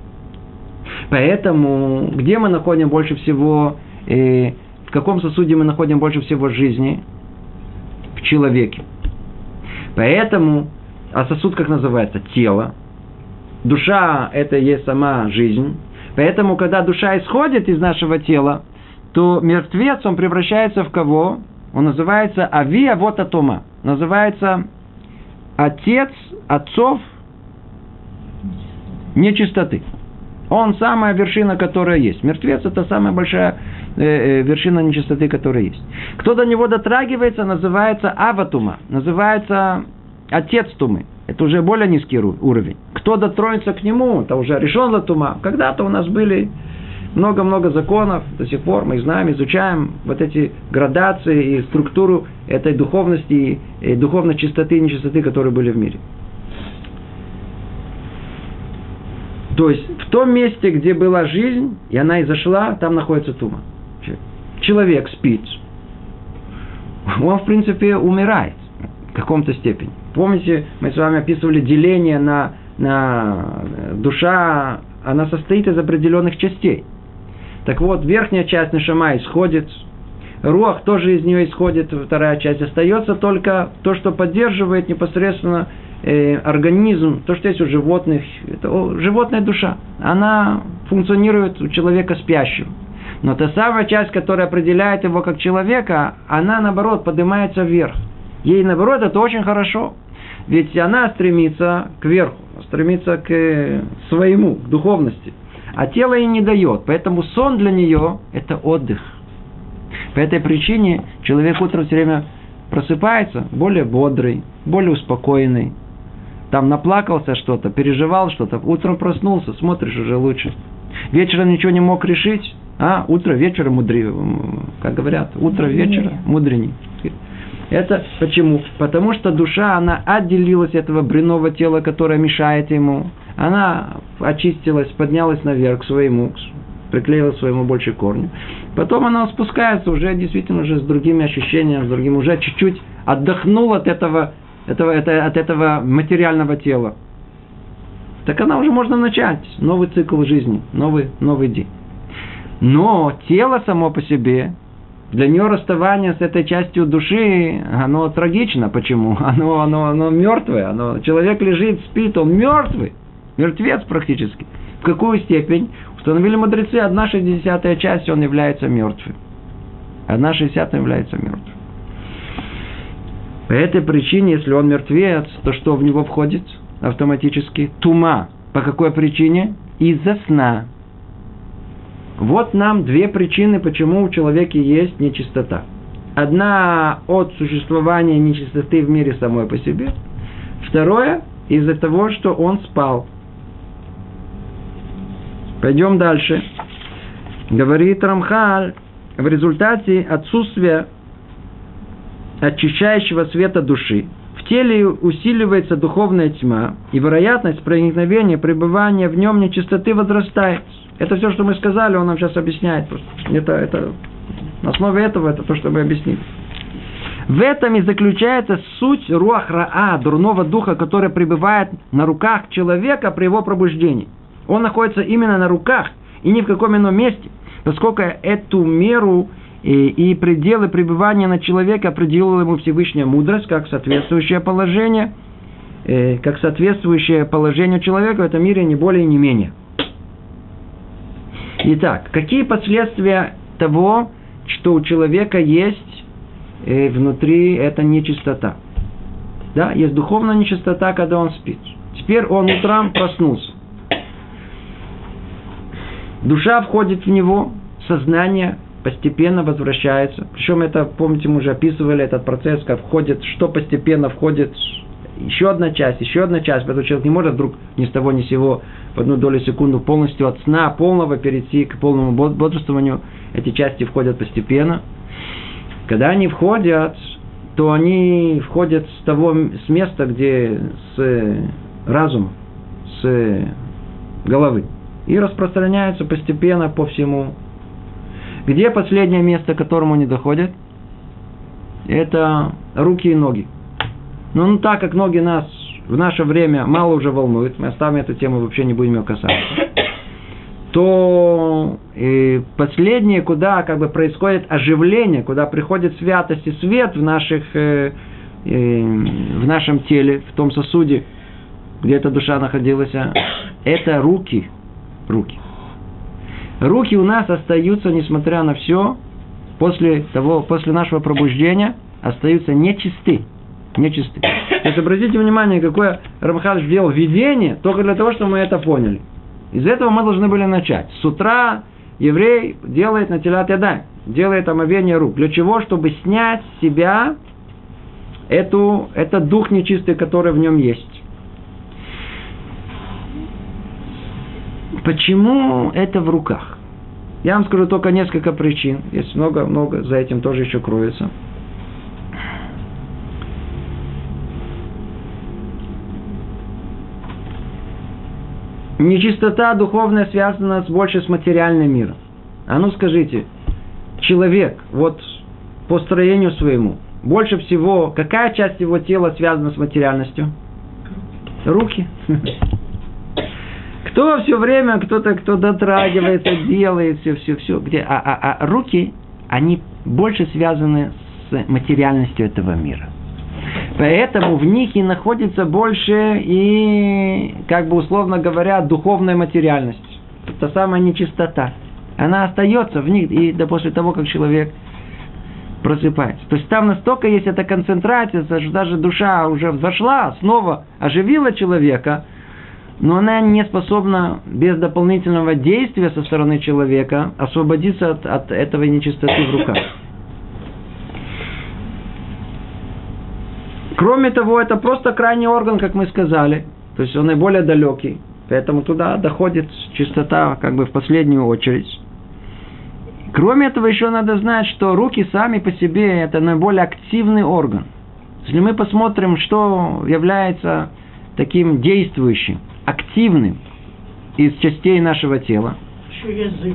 Поэтому, где мы находим больше всего, э, в каком сосуде мы находим больше всего жизни? В человеке. Поэтому, а сосуд как называется? Тело. Душа – это и есть сама жизнь. Поэтому, когда душа исходит из нашего тела, то мертвец, он превращается в кого? Он называется Ави Авот Атома. Называется отец отцов нечистоты. Он самая вершина, которая есть. Мертвец – это самая большая э, э, вершина нечистоты, которая есть. Кто до него дотрагивается, называется Аватума. Называется отец Тумы. Это уже более низкий уровень. Кто дотронется к нему, это уже решен латума. Когда-то у нас были много-много законов, до сих пор мы их знаем, изучаем вот эти градации и структуру этой духовности, и духовной чистоты и нечистоты, которые были в мире. То есть, в том месте, где была жизнь, и она изошла, там находится тума. Человек спит. Он, в принципе, умирает в каком-то степени. Помните, мы с вами описывали деление на, на душа, она состоит из определенных частей. Так вот, верхняя часть нешама исходит, руах тоже из нее исходит, вторая часть. Остается только то, что поддерживает непосредственно э, организм, то, что есть у животных. Это животная душа. Она функционирует у человека спящего. Но та самая часть, которая определяет его как человека, она, наоборот, поднимается вверх. Ей, наоборот, это очень хорошо. Ведь она стремится кверху, стремится к своему, к духовности. А тело ей не дает. Поэтому сон для нее – это отдых. По этой причине человек утром все время просыпается более бодрый, более успокоенный. Там наплакался что-то, переживал что-то. Утром проснулся, смотришь, уже лучше. Вечером ничего не мог решить. А, утро вечера мудрее, как говорят, утро вечера мудреней. Это почему? Потому что душа, она отделилась от этого бренного тела, которое мешает ему. Она очистилась, поднялась наверх к своему, приклеилась к своему больше корню. Потом она спускается уже действительно уже с другими ощущениями, с другим, уже чуть-чуть отдохнула от этого, этого, это, от этого материального тела. Так она уже можно начать новый цикл жизни, новый, новый день. Но тело само по себе, для нее расставание с этой частью души, оно трагично. Почему? Оно, оно, оно мертвое. Оно, человек лежит, спит, он мертвый. Мертвец практически. В какую степень? Установили мудрецы, одна шестидесятая часть, он является мертвым. Одна шестидесятая является мертвым. По этой причине, если он мертвец, то что в него входит автоматически? Тума. По какой причине? Из-за сна. Вот нам две причины, почему у человека есть нечистота. Одна от существования нечистоты в мире самой по себе. Второе, из-за того, что он спал. Пойдем дальше. Говорит Рамхаль, в результате отсутствия очищающего света души в теле усиливается духовная тьма, и вероятность проникновения, пребывания в нем нечистоты возрастает. Это все, что мы сказали, он нам сейчас объясняет. Это, это, на основе этого это то, что мы объяснили. В этом и заключается суть руах раа, дурного духа, который пребывает на руках человека при его пробуждении. Он находится именно на руках и ни в каком ином месте, поскольку эту меру и, и пределы пребывания на человека определила ему Всевышняя мудрость, как соответствующее положение, э, как соответствующее положению человека в этом мире, не более и не менее. Итак, какие последствия того, что у человека есть э, внутри эта нечистота? Да, есть духовная нечистота, когда он спит. Теперь он утром проснулся. Душа входит в него, сознание постепенно возвращается. Причем это, помните, мы уже описывали этот процесс, как входит, что постепенно входит еще одна часть, еще одна часть. Поэтому человек не может вдруг ни с того ни с сего в одну долю секунды полностью от сна полного перейти к полному бодрствованию. Эти части входят постепенно. Когда они входят, то они входят с того с места, где с разума, с головы. И распространяются постепенно по всему. Где последнее место, к которому они доходят? Это руки и ноги. Но ну, так как ноги нас в наше время мало уже волнуют, мы оставим эту тему, вообще не будем ее касаться, то и последнее, куда как бы происходит оживление, куда приходит святость и свет в, наших, э, э, в нашем теле, в том сосуде, где эта душа находилась, это руки. Руки. Руки у нас остаются, несмотря на все, после того, после нашего пробуждения, остаются нечисты. Нечисты. То есть, обратите внимание, какое Рамхаль сделал введение, только для того, чтобы мы это поняли. Из этого мы должны были начать. С утра еврей делает натилат ядай, делает омовение рук. Для чего? Чтобы снять с себя эту, этот дух нечистый, который в нем есть. Почему это в руках? Я вам скажу только несколько причин. Есть много-много, за этим тоже еще кроется. Нечистота духовная связана с, больше с материальным миром. А ну скажите, человек, вот по строению своему, больше всего, какая часть его тела связана с материальностью? Руки. Кто все время, кто-то, кто дотрагивается, делает все, все, все. Где? А, а, а руки, они больше связаны с материальностью этого мира. Поэтому в них и находится больше и, как бы условно говоря, духовная материальность. Та самая нечистота. Она остается в них и до после того, как человек просыпается. То есть там настолько есть эта концентрация, что даже душа уже взошла, снова оживила человека, но она не способна без дополнительного действия со стороны человека освободиться от, от этой нечистоты в руках. Кроме того, это просто крайний орган, как мы сказали. То есть он наиболее далекий. Поэтому туда доходит чистота как бы в последнюю очередь. Кроме этого, еще надо знать, что руки сами по себе это наиболее активный орган. Если мы посмотрим, что является таким действующим, активным из частей нашего тела. Еще язык.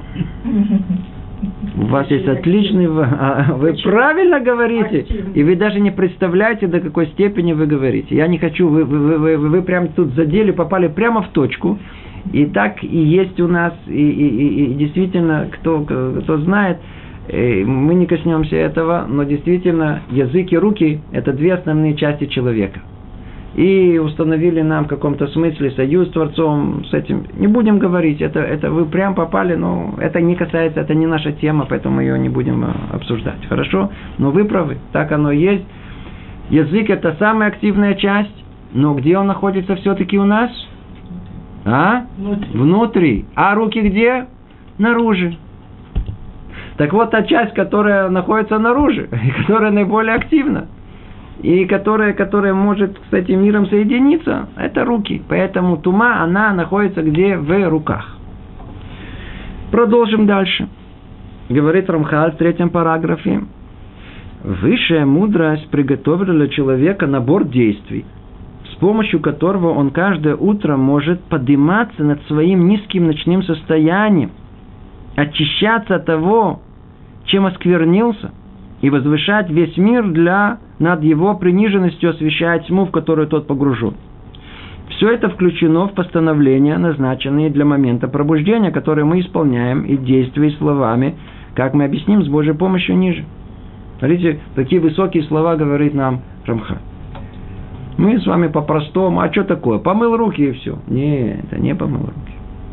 У вас есть отличный... Вы правильно говорите. И вы даже не представляете, до какой степени вы говорите. Я не хочу... Вы, вы, вы, вы прямо тут задели, попали прямо в точку. И так и есть у нас. И, и, и, и действительно, кто, кто знает, мы не коснемся этого. Но действительно, язык и руки – это две основные части человека. И установили нам в каком-то смысле союз с Творцом, с этим. Не будем говорить, это, это вы прям попали, но это не касается, это не наша тема, поэтому мы ее не будем обсуждать. Хорошо? Но вы правы, так оно и есть. Язык – это самая активная часть, но где он находится все-таки у нас? А? Внутри. Внутри. А руки где? Наружу. Так вот, та часть, которая находится наружу, и которая наиболее активна, и которая, которая может с этим миром соединиться, это руки. Поэтому тума, она находится где? В руках. Продолжим дальше. Говорит Рамхаль в третьем параграфе. Высшая мудрость приготовила для человека набор действий, с помощью которого он каждое утро может подниматься над своим низким ночным состоянием, очищаться от того, чем осквернился, и возвышать весь мир для, над его приниженностью, освещая тьму, в которую тот погружен. Все это включено в постановления, назначенные для момента пробуждения, которые мы исполняем и действия словами, как мы объясним с Божьей помощью ниже. Смотрите, такие высокие слова говорит нам Рамхаль. Мы с вами по-простому, а что такое? Помыл руки и все. Нет, это не помыл руки.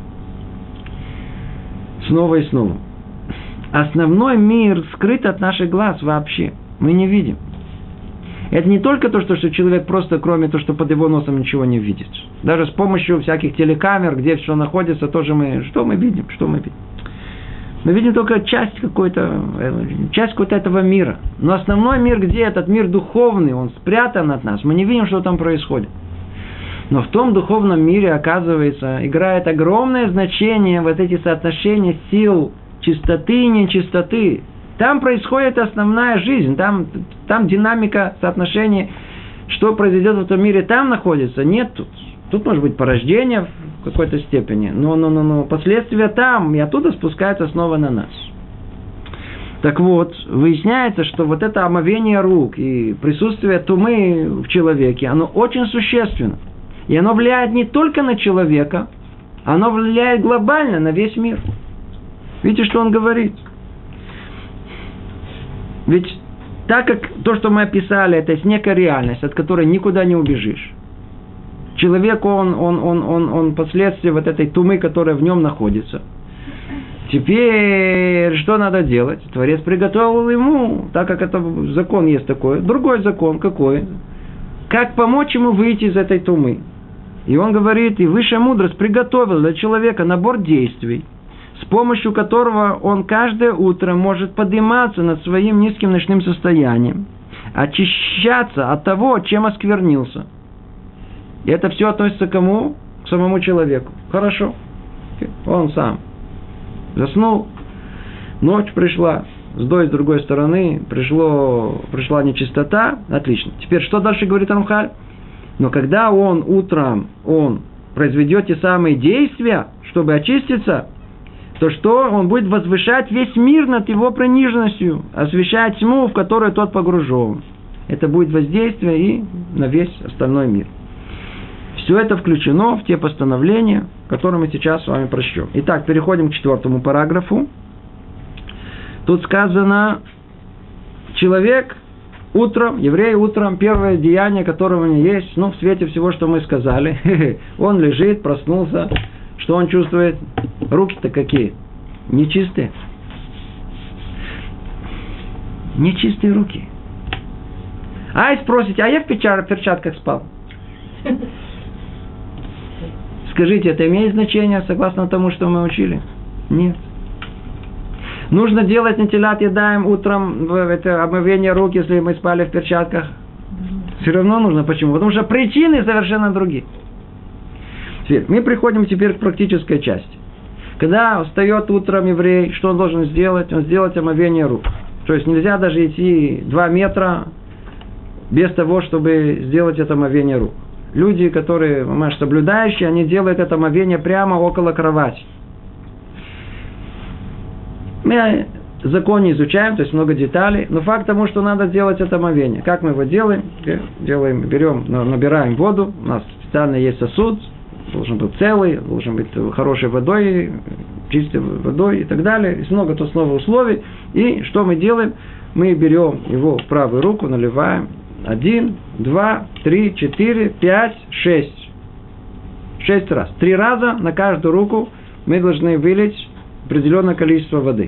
Снова и снова. Основной мир скрыт от наших глаз вообще. Мы не видим. Это не только то, что, что человек просто, кроме того, что под его носом ничего не видит. Даже с помощью всяких телекамер, где все находится, тоже мы... Что мы видим? Что мы видим? Мы видим только часть какой-то, часть какой-то этого мира. Но основной мир где? Этот мир духовный, он спрятан от нас. Мы не видим, что там происходит. Но в том духовном мире, оказывается, играет огромное значение вот эти соотношения сил чистоты и нечистоты. Там происходит основная жизнь, там, там динамика соотношений, что произойдет в этом мире, там находится, нет тут. Тут может быть порождение в какой-то степени, но, но, но, но последствия там, и оттуда спускается снова на нас. Так вот, выясняется, что вот это омовение рук и присутствие тумы в человеке, оно очень существенно. И оно влияет не только на человека, оно влияет глобально на весь мир. Видите, что он говорит? Ведь так как то, что мы описали, это есть некая реальность, от которой никуда не убежишь. Человек, он, он, он, он, он последствия вот этой тумы, которая в нем находится. Теперь что надо делать? Творец приготовил ему, так как это закон есть такой, другой закон какой? Как помочь ему выйти из этой тумы? И он говорит, и высшая мудрость приготовила для человека набор действий, с помощью которого он каждое утро может подниматься над своим низким ночным состоянием, очищаться от того, чем осквернился. И это все относится к кому? К самому человеку. Хорошо. Он сам заснул, ночь пришла, с той, с другой стороны пришло, пришла нечистота. Отлично. Теперь, что дальше говорит Рамхаль? Но когда он утром, он произведет те самые действия, чтобы очиститься, то что он будет возвышать весь мир над его приниженностью, освещать тьму, в которую тот погружен. Это будет воздействие и на весь остальной мир. Все это включено в те постановления, которые мы сейчас с вами прочтем. Итак, переходим к четвертому параграфу. Тут сказано, человек утром, еврей утром, первое деяние, которое у него есть, ну, в свете всего, что мы сказали, он лежит, проснулся, что он чувствует? Руки-то какие? Нечистые. Нечистые руки. А и спросите, а я в перчатках спал? Скажите, это имеет значение, согласно тому, что мы учили? Нет. Нужно делать нетилат ядаем утром, это омовение рук, если мы спали в перчатках? Все равно нужно. Почему? Потому что причины совершенно другие. Теперь, мы приходим теперь к практической части. Когда встает утром еврей, что он должен сделать? Он сделает омовение рук. То есть нельзя даже идти два метра без того, чтобы сделать это омовение рук. Люди, которые, понимаешь, соблюдающие, они делают это омовение прямо около кровати. Мы закон не изучаем, то есть много деталей, но факт тому, что надо делать это омовение. Как мы его делаем? Делаем, берем, набираем воду, у нас специально есть сосуд, должен быть целый, должен быть хорошей водой, чистой водой и так далее. Есть много то снова условий. И что мы делаем? Мы берем его в правую руку, наливаем один, два, три, четыре, пять, шесть. Шесть раз. Три раза на каждую руку мы должны вылить определенное количество воды.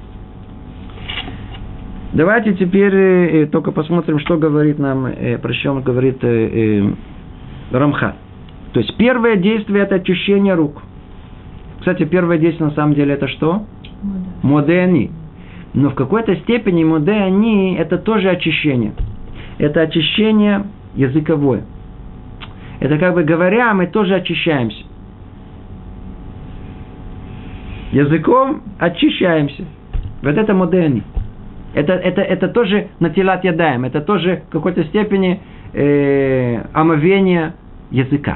Давайте теперь э, только посмотрим, что говорит нам, э, про что говорит э, э, Рамхаль. То есть первое действие – это очищение рук. Кстати, первое действие на самом деле это что? Модеани. Но в какой-то степени модеани – это тоже очищение. Это очищение языковое. Это как бы говоря, мы тоже очищаемся. Языком очищаемся. Вот это модеани. Это, это, это тоже натилат ядаем. Это тоже в какой-то степени э, омовение языка.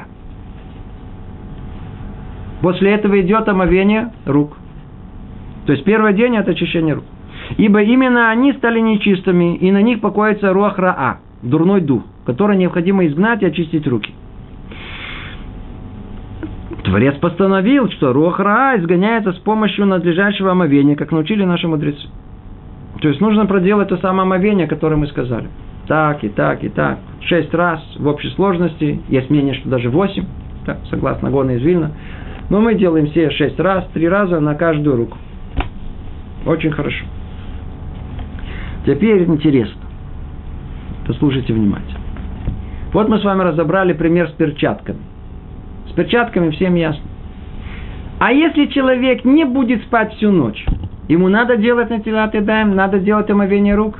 После этого идет омовение рук. То есть первый день это очищение рук. Ибо именно они стали нечистыми, и на них покоится руах раа, дурной дух, который необходимо изгнать и очистить руки. Творец постановил, что руах раа изгоняется с помощью надлежащего омовения, как научили наши мудрецы. То есть нужно проделать то самое омовение, которое мы сказали. Так и так и так. Шесть раз в общей сложности. Есть мнение, что даже восемь. Так, согласно Гона из Вильна. Но мы делаем все шесть раз, три раза на каждую руку. Очень хорошо. Теперь интересно. Послушайте внимательно. Вот мы с вами разобрали пример с перчатками. С перчатками всем ясно. А если человек не будет спать всю ночь, ему надо делать натилат ядаем, надо делать омовение рук?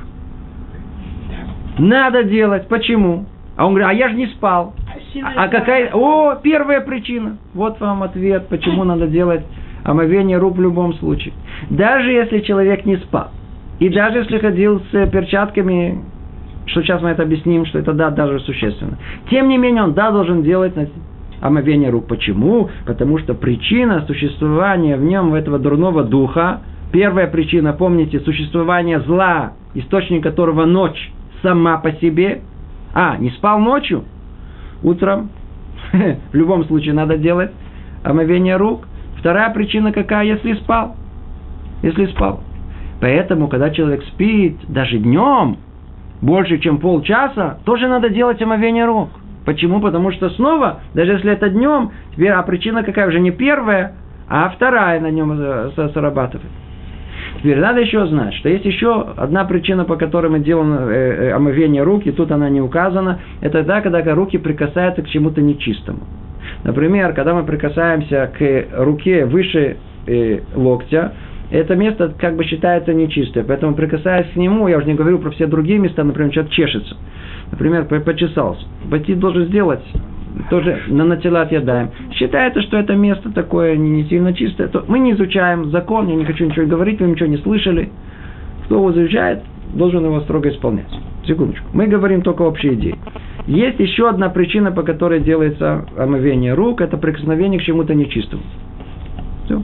Надо делать. Почему? А он говорит, а я же не спал. А, а какая... О, первая причина. Вот вам ответ, почему надо делать омовение рук в любом случае. Даже если человек не спал, и даже если ходил с перчатками, что сейчас мы это объясним, что это да, даже существенно. Тем не менее, он да, должен делать омовение рук. Почему? Потому что причина существования в нем этого дурного духа, первая причина, помните, существование зла, источник которого ночь сама по себе. А, не спал ночью? Утром? В любом случае надо делать омовение рук. Вторая причина какая? Если спал. Если спал. Поэтому, когда человек спит, даже днем, больше, чем полчаса, тоже надо делать омовение рук. Почему? Потому что снова, даже если это днем, теперь, а причина какая? Уже не первая, а вторая на нем срабатывает. Теперь надо еще знать, что есть еще одна причина, по которой мы делаем омовение рук, и тут она не указана. Это тогда, когда руки прикасаются к чему-то нечистому. Например, когда мы прикасаемся к руке выше э, локтя, это место как бы считается нечистое. Поэтому, прикасаясь к нему, я уже не говорю про все другие места, например, человек чешется. Например, почесался. Пойти должен сделать, тоже на натилат ядаем. Считается, что это место такое не сильно чистое. То мы не изучаем закон, я не хочу ничего говорить, вы ничего не слышали. Кто его изучает, должен его строго исполнять. Секундочку. Мы говорим только общие идеи. Есть еще одна причина, по которой делается омовение рук, это прикосновение к чему-то нечистому. Все.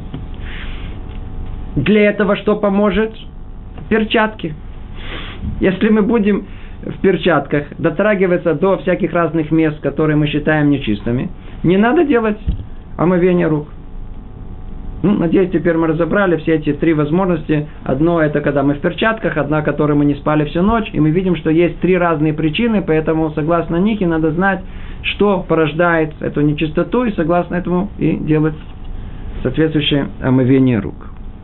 Для этого что поможет? Перчатки. Если мы будем в перчатках дотрагиваться до всяких разных мест, которые мы считаем нечистыми, не надо делать омовение рук. Ну, надеюсь, теперь мы разобрали все эти три возможности. Одно это когда мы в перчатках, одна, которой мы не спали всю ночь, и мы видим, что есть три разные причины, поэтому согласно них и надо знать, что порождает эту нечистоту, и согласно этому и делать соответствующее омовение рук.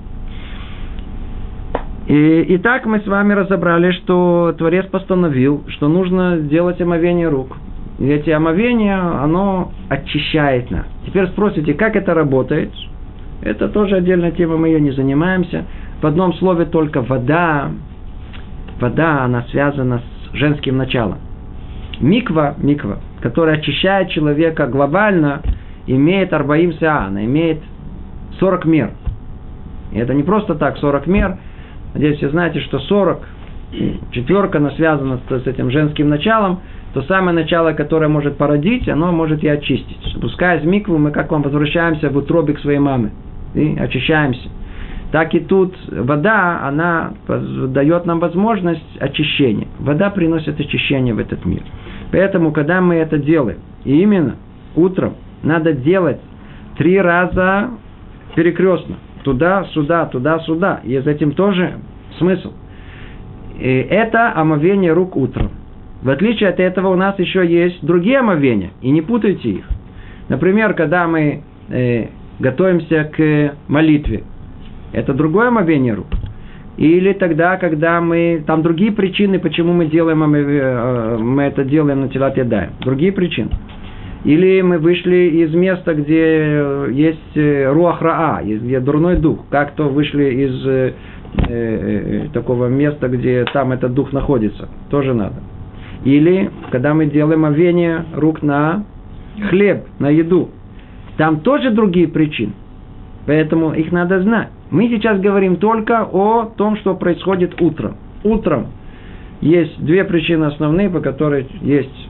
И, итак, мы с вами разобрали, что Творец постановил, что нужно сделать омовение рук. И эти омовения, оно очищает нас. Теперь спросите, как это работает? Это тоже отдельная тема, мы ее не занимаемся. В одном слове только вода. Вода, она связана с женским началом. Миква, миква, которая очищает человека глобально, имеет арбаим саа, она имеет сорок мер. И это не просто так, сорок мер. Надеюсь, все знаете, что сорок, четверка, она связана с, с этим женским началом. То самое начало, которое может породить, оно может и очистить. Спускаясь в микву, мы как вам возвращаемся в утробе к своей маме. И очищаемся. Так и тут вода, она дает нам возможность очищения. Вода приносит очищение в этот мир. Поэтому, когда мы это делаем, и именно утром надо делать три раза перекрестно. Туда, сюда, туда, сюда. И с этим тоже смысл. И это омовение рук утром. В отличие от этого у нас еще есть другие омовения. И не путайте их. Например, когда мы э, готовимся к молитве. Это другое омовение рук. Или тогда, когда мы... Там другие причины, почему мы делаем мы это делаем на тилат ядаим. Другие причины. Или мы вышли из места, где есть руах раа, где дурной дух. Как-то вышли из э, э, такого места, где там этот дух находится. Тоже надо. Или когда мы делаем омовение рук на хлеб, на еду. Там тоже другие причины. Поэтому их надо знать. Мы сейчас говорим только о том, что происходит утром. Утром есть две причины основные, по которой есть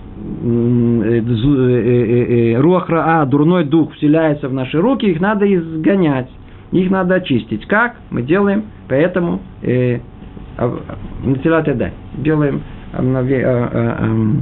руах раа, дурной дух вселяется в наши руки, их надо изгонять, их надо очистить. Как? Мы делаем, поэтому э, натилат ядай, делаем обновление.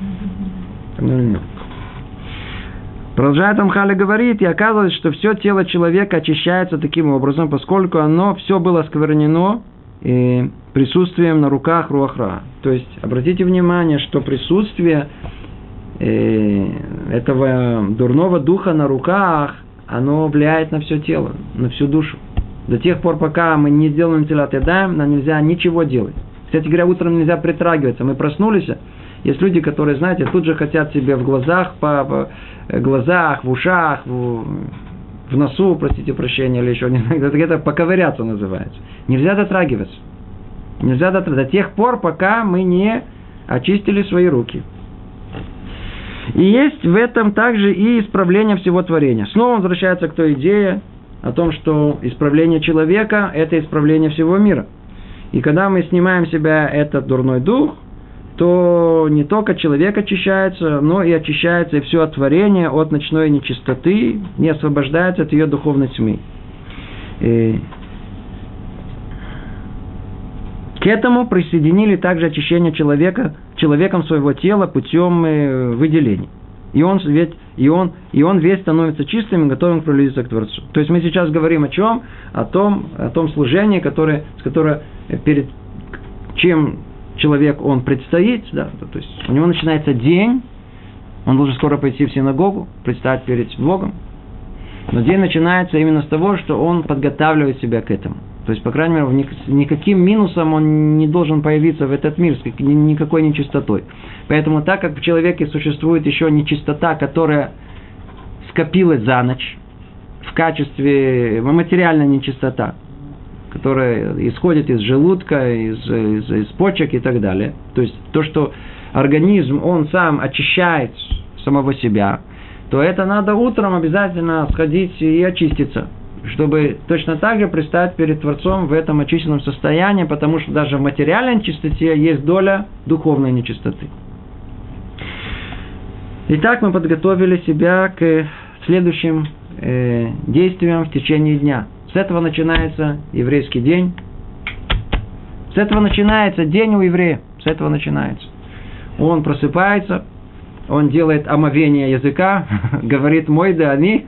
Продолжает Рамхаль говорит, и оказывается, что все тело человека очищается таким образом, поскольку оно все было осквернено э, присутствием на руках руах раа. То есть, обратите внимание, что присутствие э, этого дурного духа на руках, оно влияет на все тело, на всю душу. До тех пор, пока мы не делаем натилат ядаим, нам нельзя ничего делать. Кстати говоря, утром нельзя притрагиваться. Мы проснулись. Есть люди, которые, знаете, тут же хотят себе в глазах, по, по глазах, в ушах, в, в носу, простите прощения, или еще не это, это поковыряться называется. Нельзя дотрагиваться. Нельзя дотрагиваться до тех пор, пока мы не очистили свои руки. И есть в этом также и исправление всего творения. Снова возвращается к той идее о том, что исправление человека – это исправление всего мира. И когда мы снимаем с себя этот дурной дух, то не только человек очищается, но и очищается и все творение от ночной нечистоты, не освобождается от ее духовной тьмы. И к этому присоединили также очищение человека, человеком своего тела путем выделений. И он, ведь, и, он, и он весь становится чистым и готовым приблизиться к Творцу. То есть мы сейчас говорим о чем? О том, о том служении, которое, с которое перед чем человек, он предстоит, да, то есть у него начинается день, он должен скоро пойти в синагогу, предстать перед Богом. Но день начинается именно с того, что он подготавливает себя к этому. То есть, по крайней мере, никаким минусом он не должен появиться в этот мир, с никакой нечистотой. Поэтому, так как в человеке существует еще нечистота, которая скопилась за ночь, в качестве материальной нечистота, которая исходит из желудка, из, из, из почек и так далее. То есть, то, что организм, он сам очищает самого себя, то это надо утром обязательно сходить и очиститься, чтобы точно так же предстать перед Творцом в этом очищенном состоянии, потому что даже в материальной нечистоте есть доля духовной нечистоты. Итак, мы подготовили себя к следующим э, действиям в течение дня. С этого начинается еврейский день. С этого начинается день у еврея. С этого начинается. Он просыпается, он делает омовение языка, говорит «мой да они».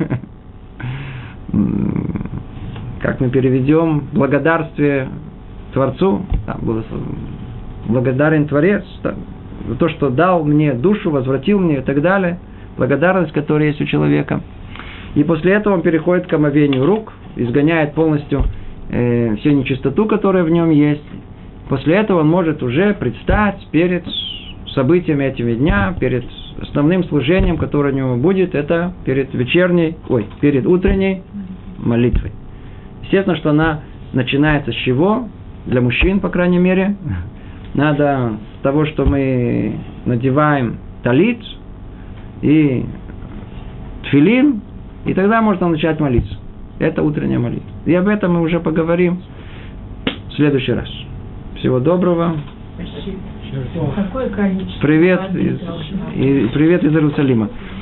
Как мы переведем, благодарствие Творцу, там было благодарен Творец, за то, что дал мне душу, возвратил мне и так далее. Благодарность, которая есть у человека. И после этого он переходит к омовению рук, изгоняет полностью э, всю нечистоту, которая в нем есть. После этого он может уже предстать перед событиями этими дня, перед основным служением, которое у него будет, это перед вечерней, ой, перед утренней молитвой. Естественно, что она начинается с чего? Для мужчин, по крайней мере. Надо с того, что мы надеваем талит и тфилин, и тогда можно начать молиться. Это утренняя молитва. И об этом мы уже поговорим в следующий раз. Всего доброго. Какое количество? Привет из, и, привет из Иерусалима.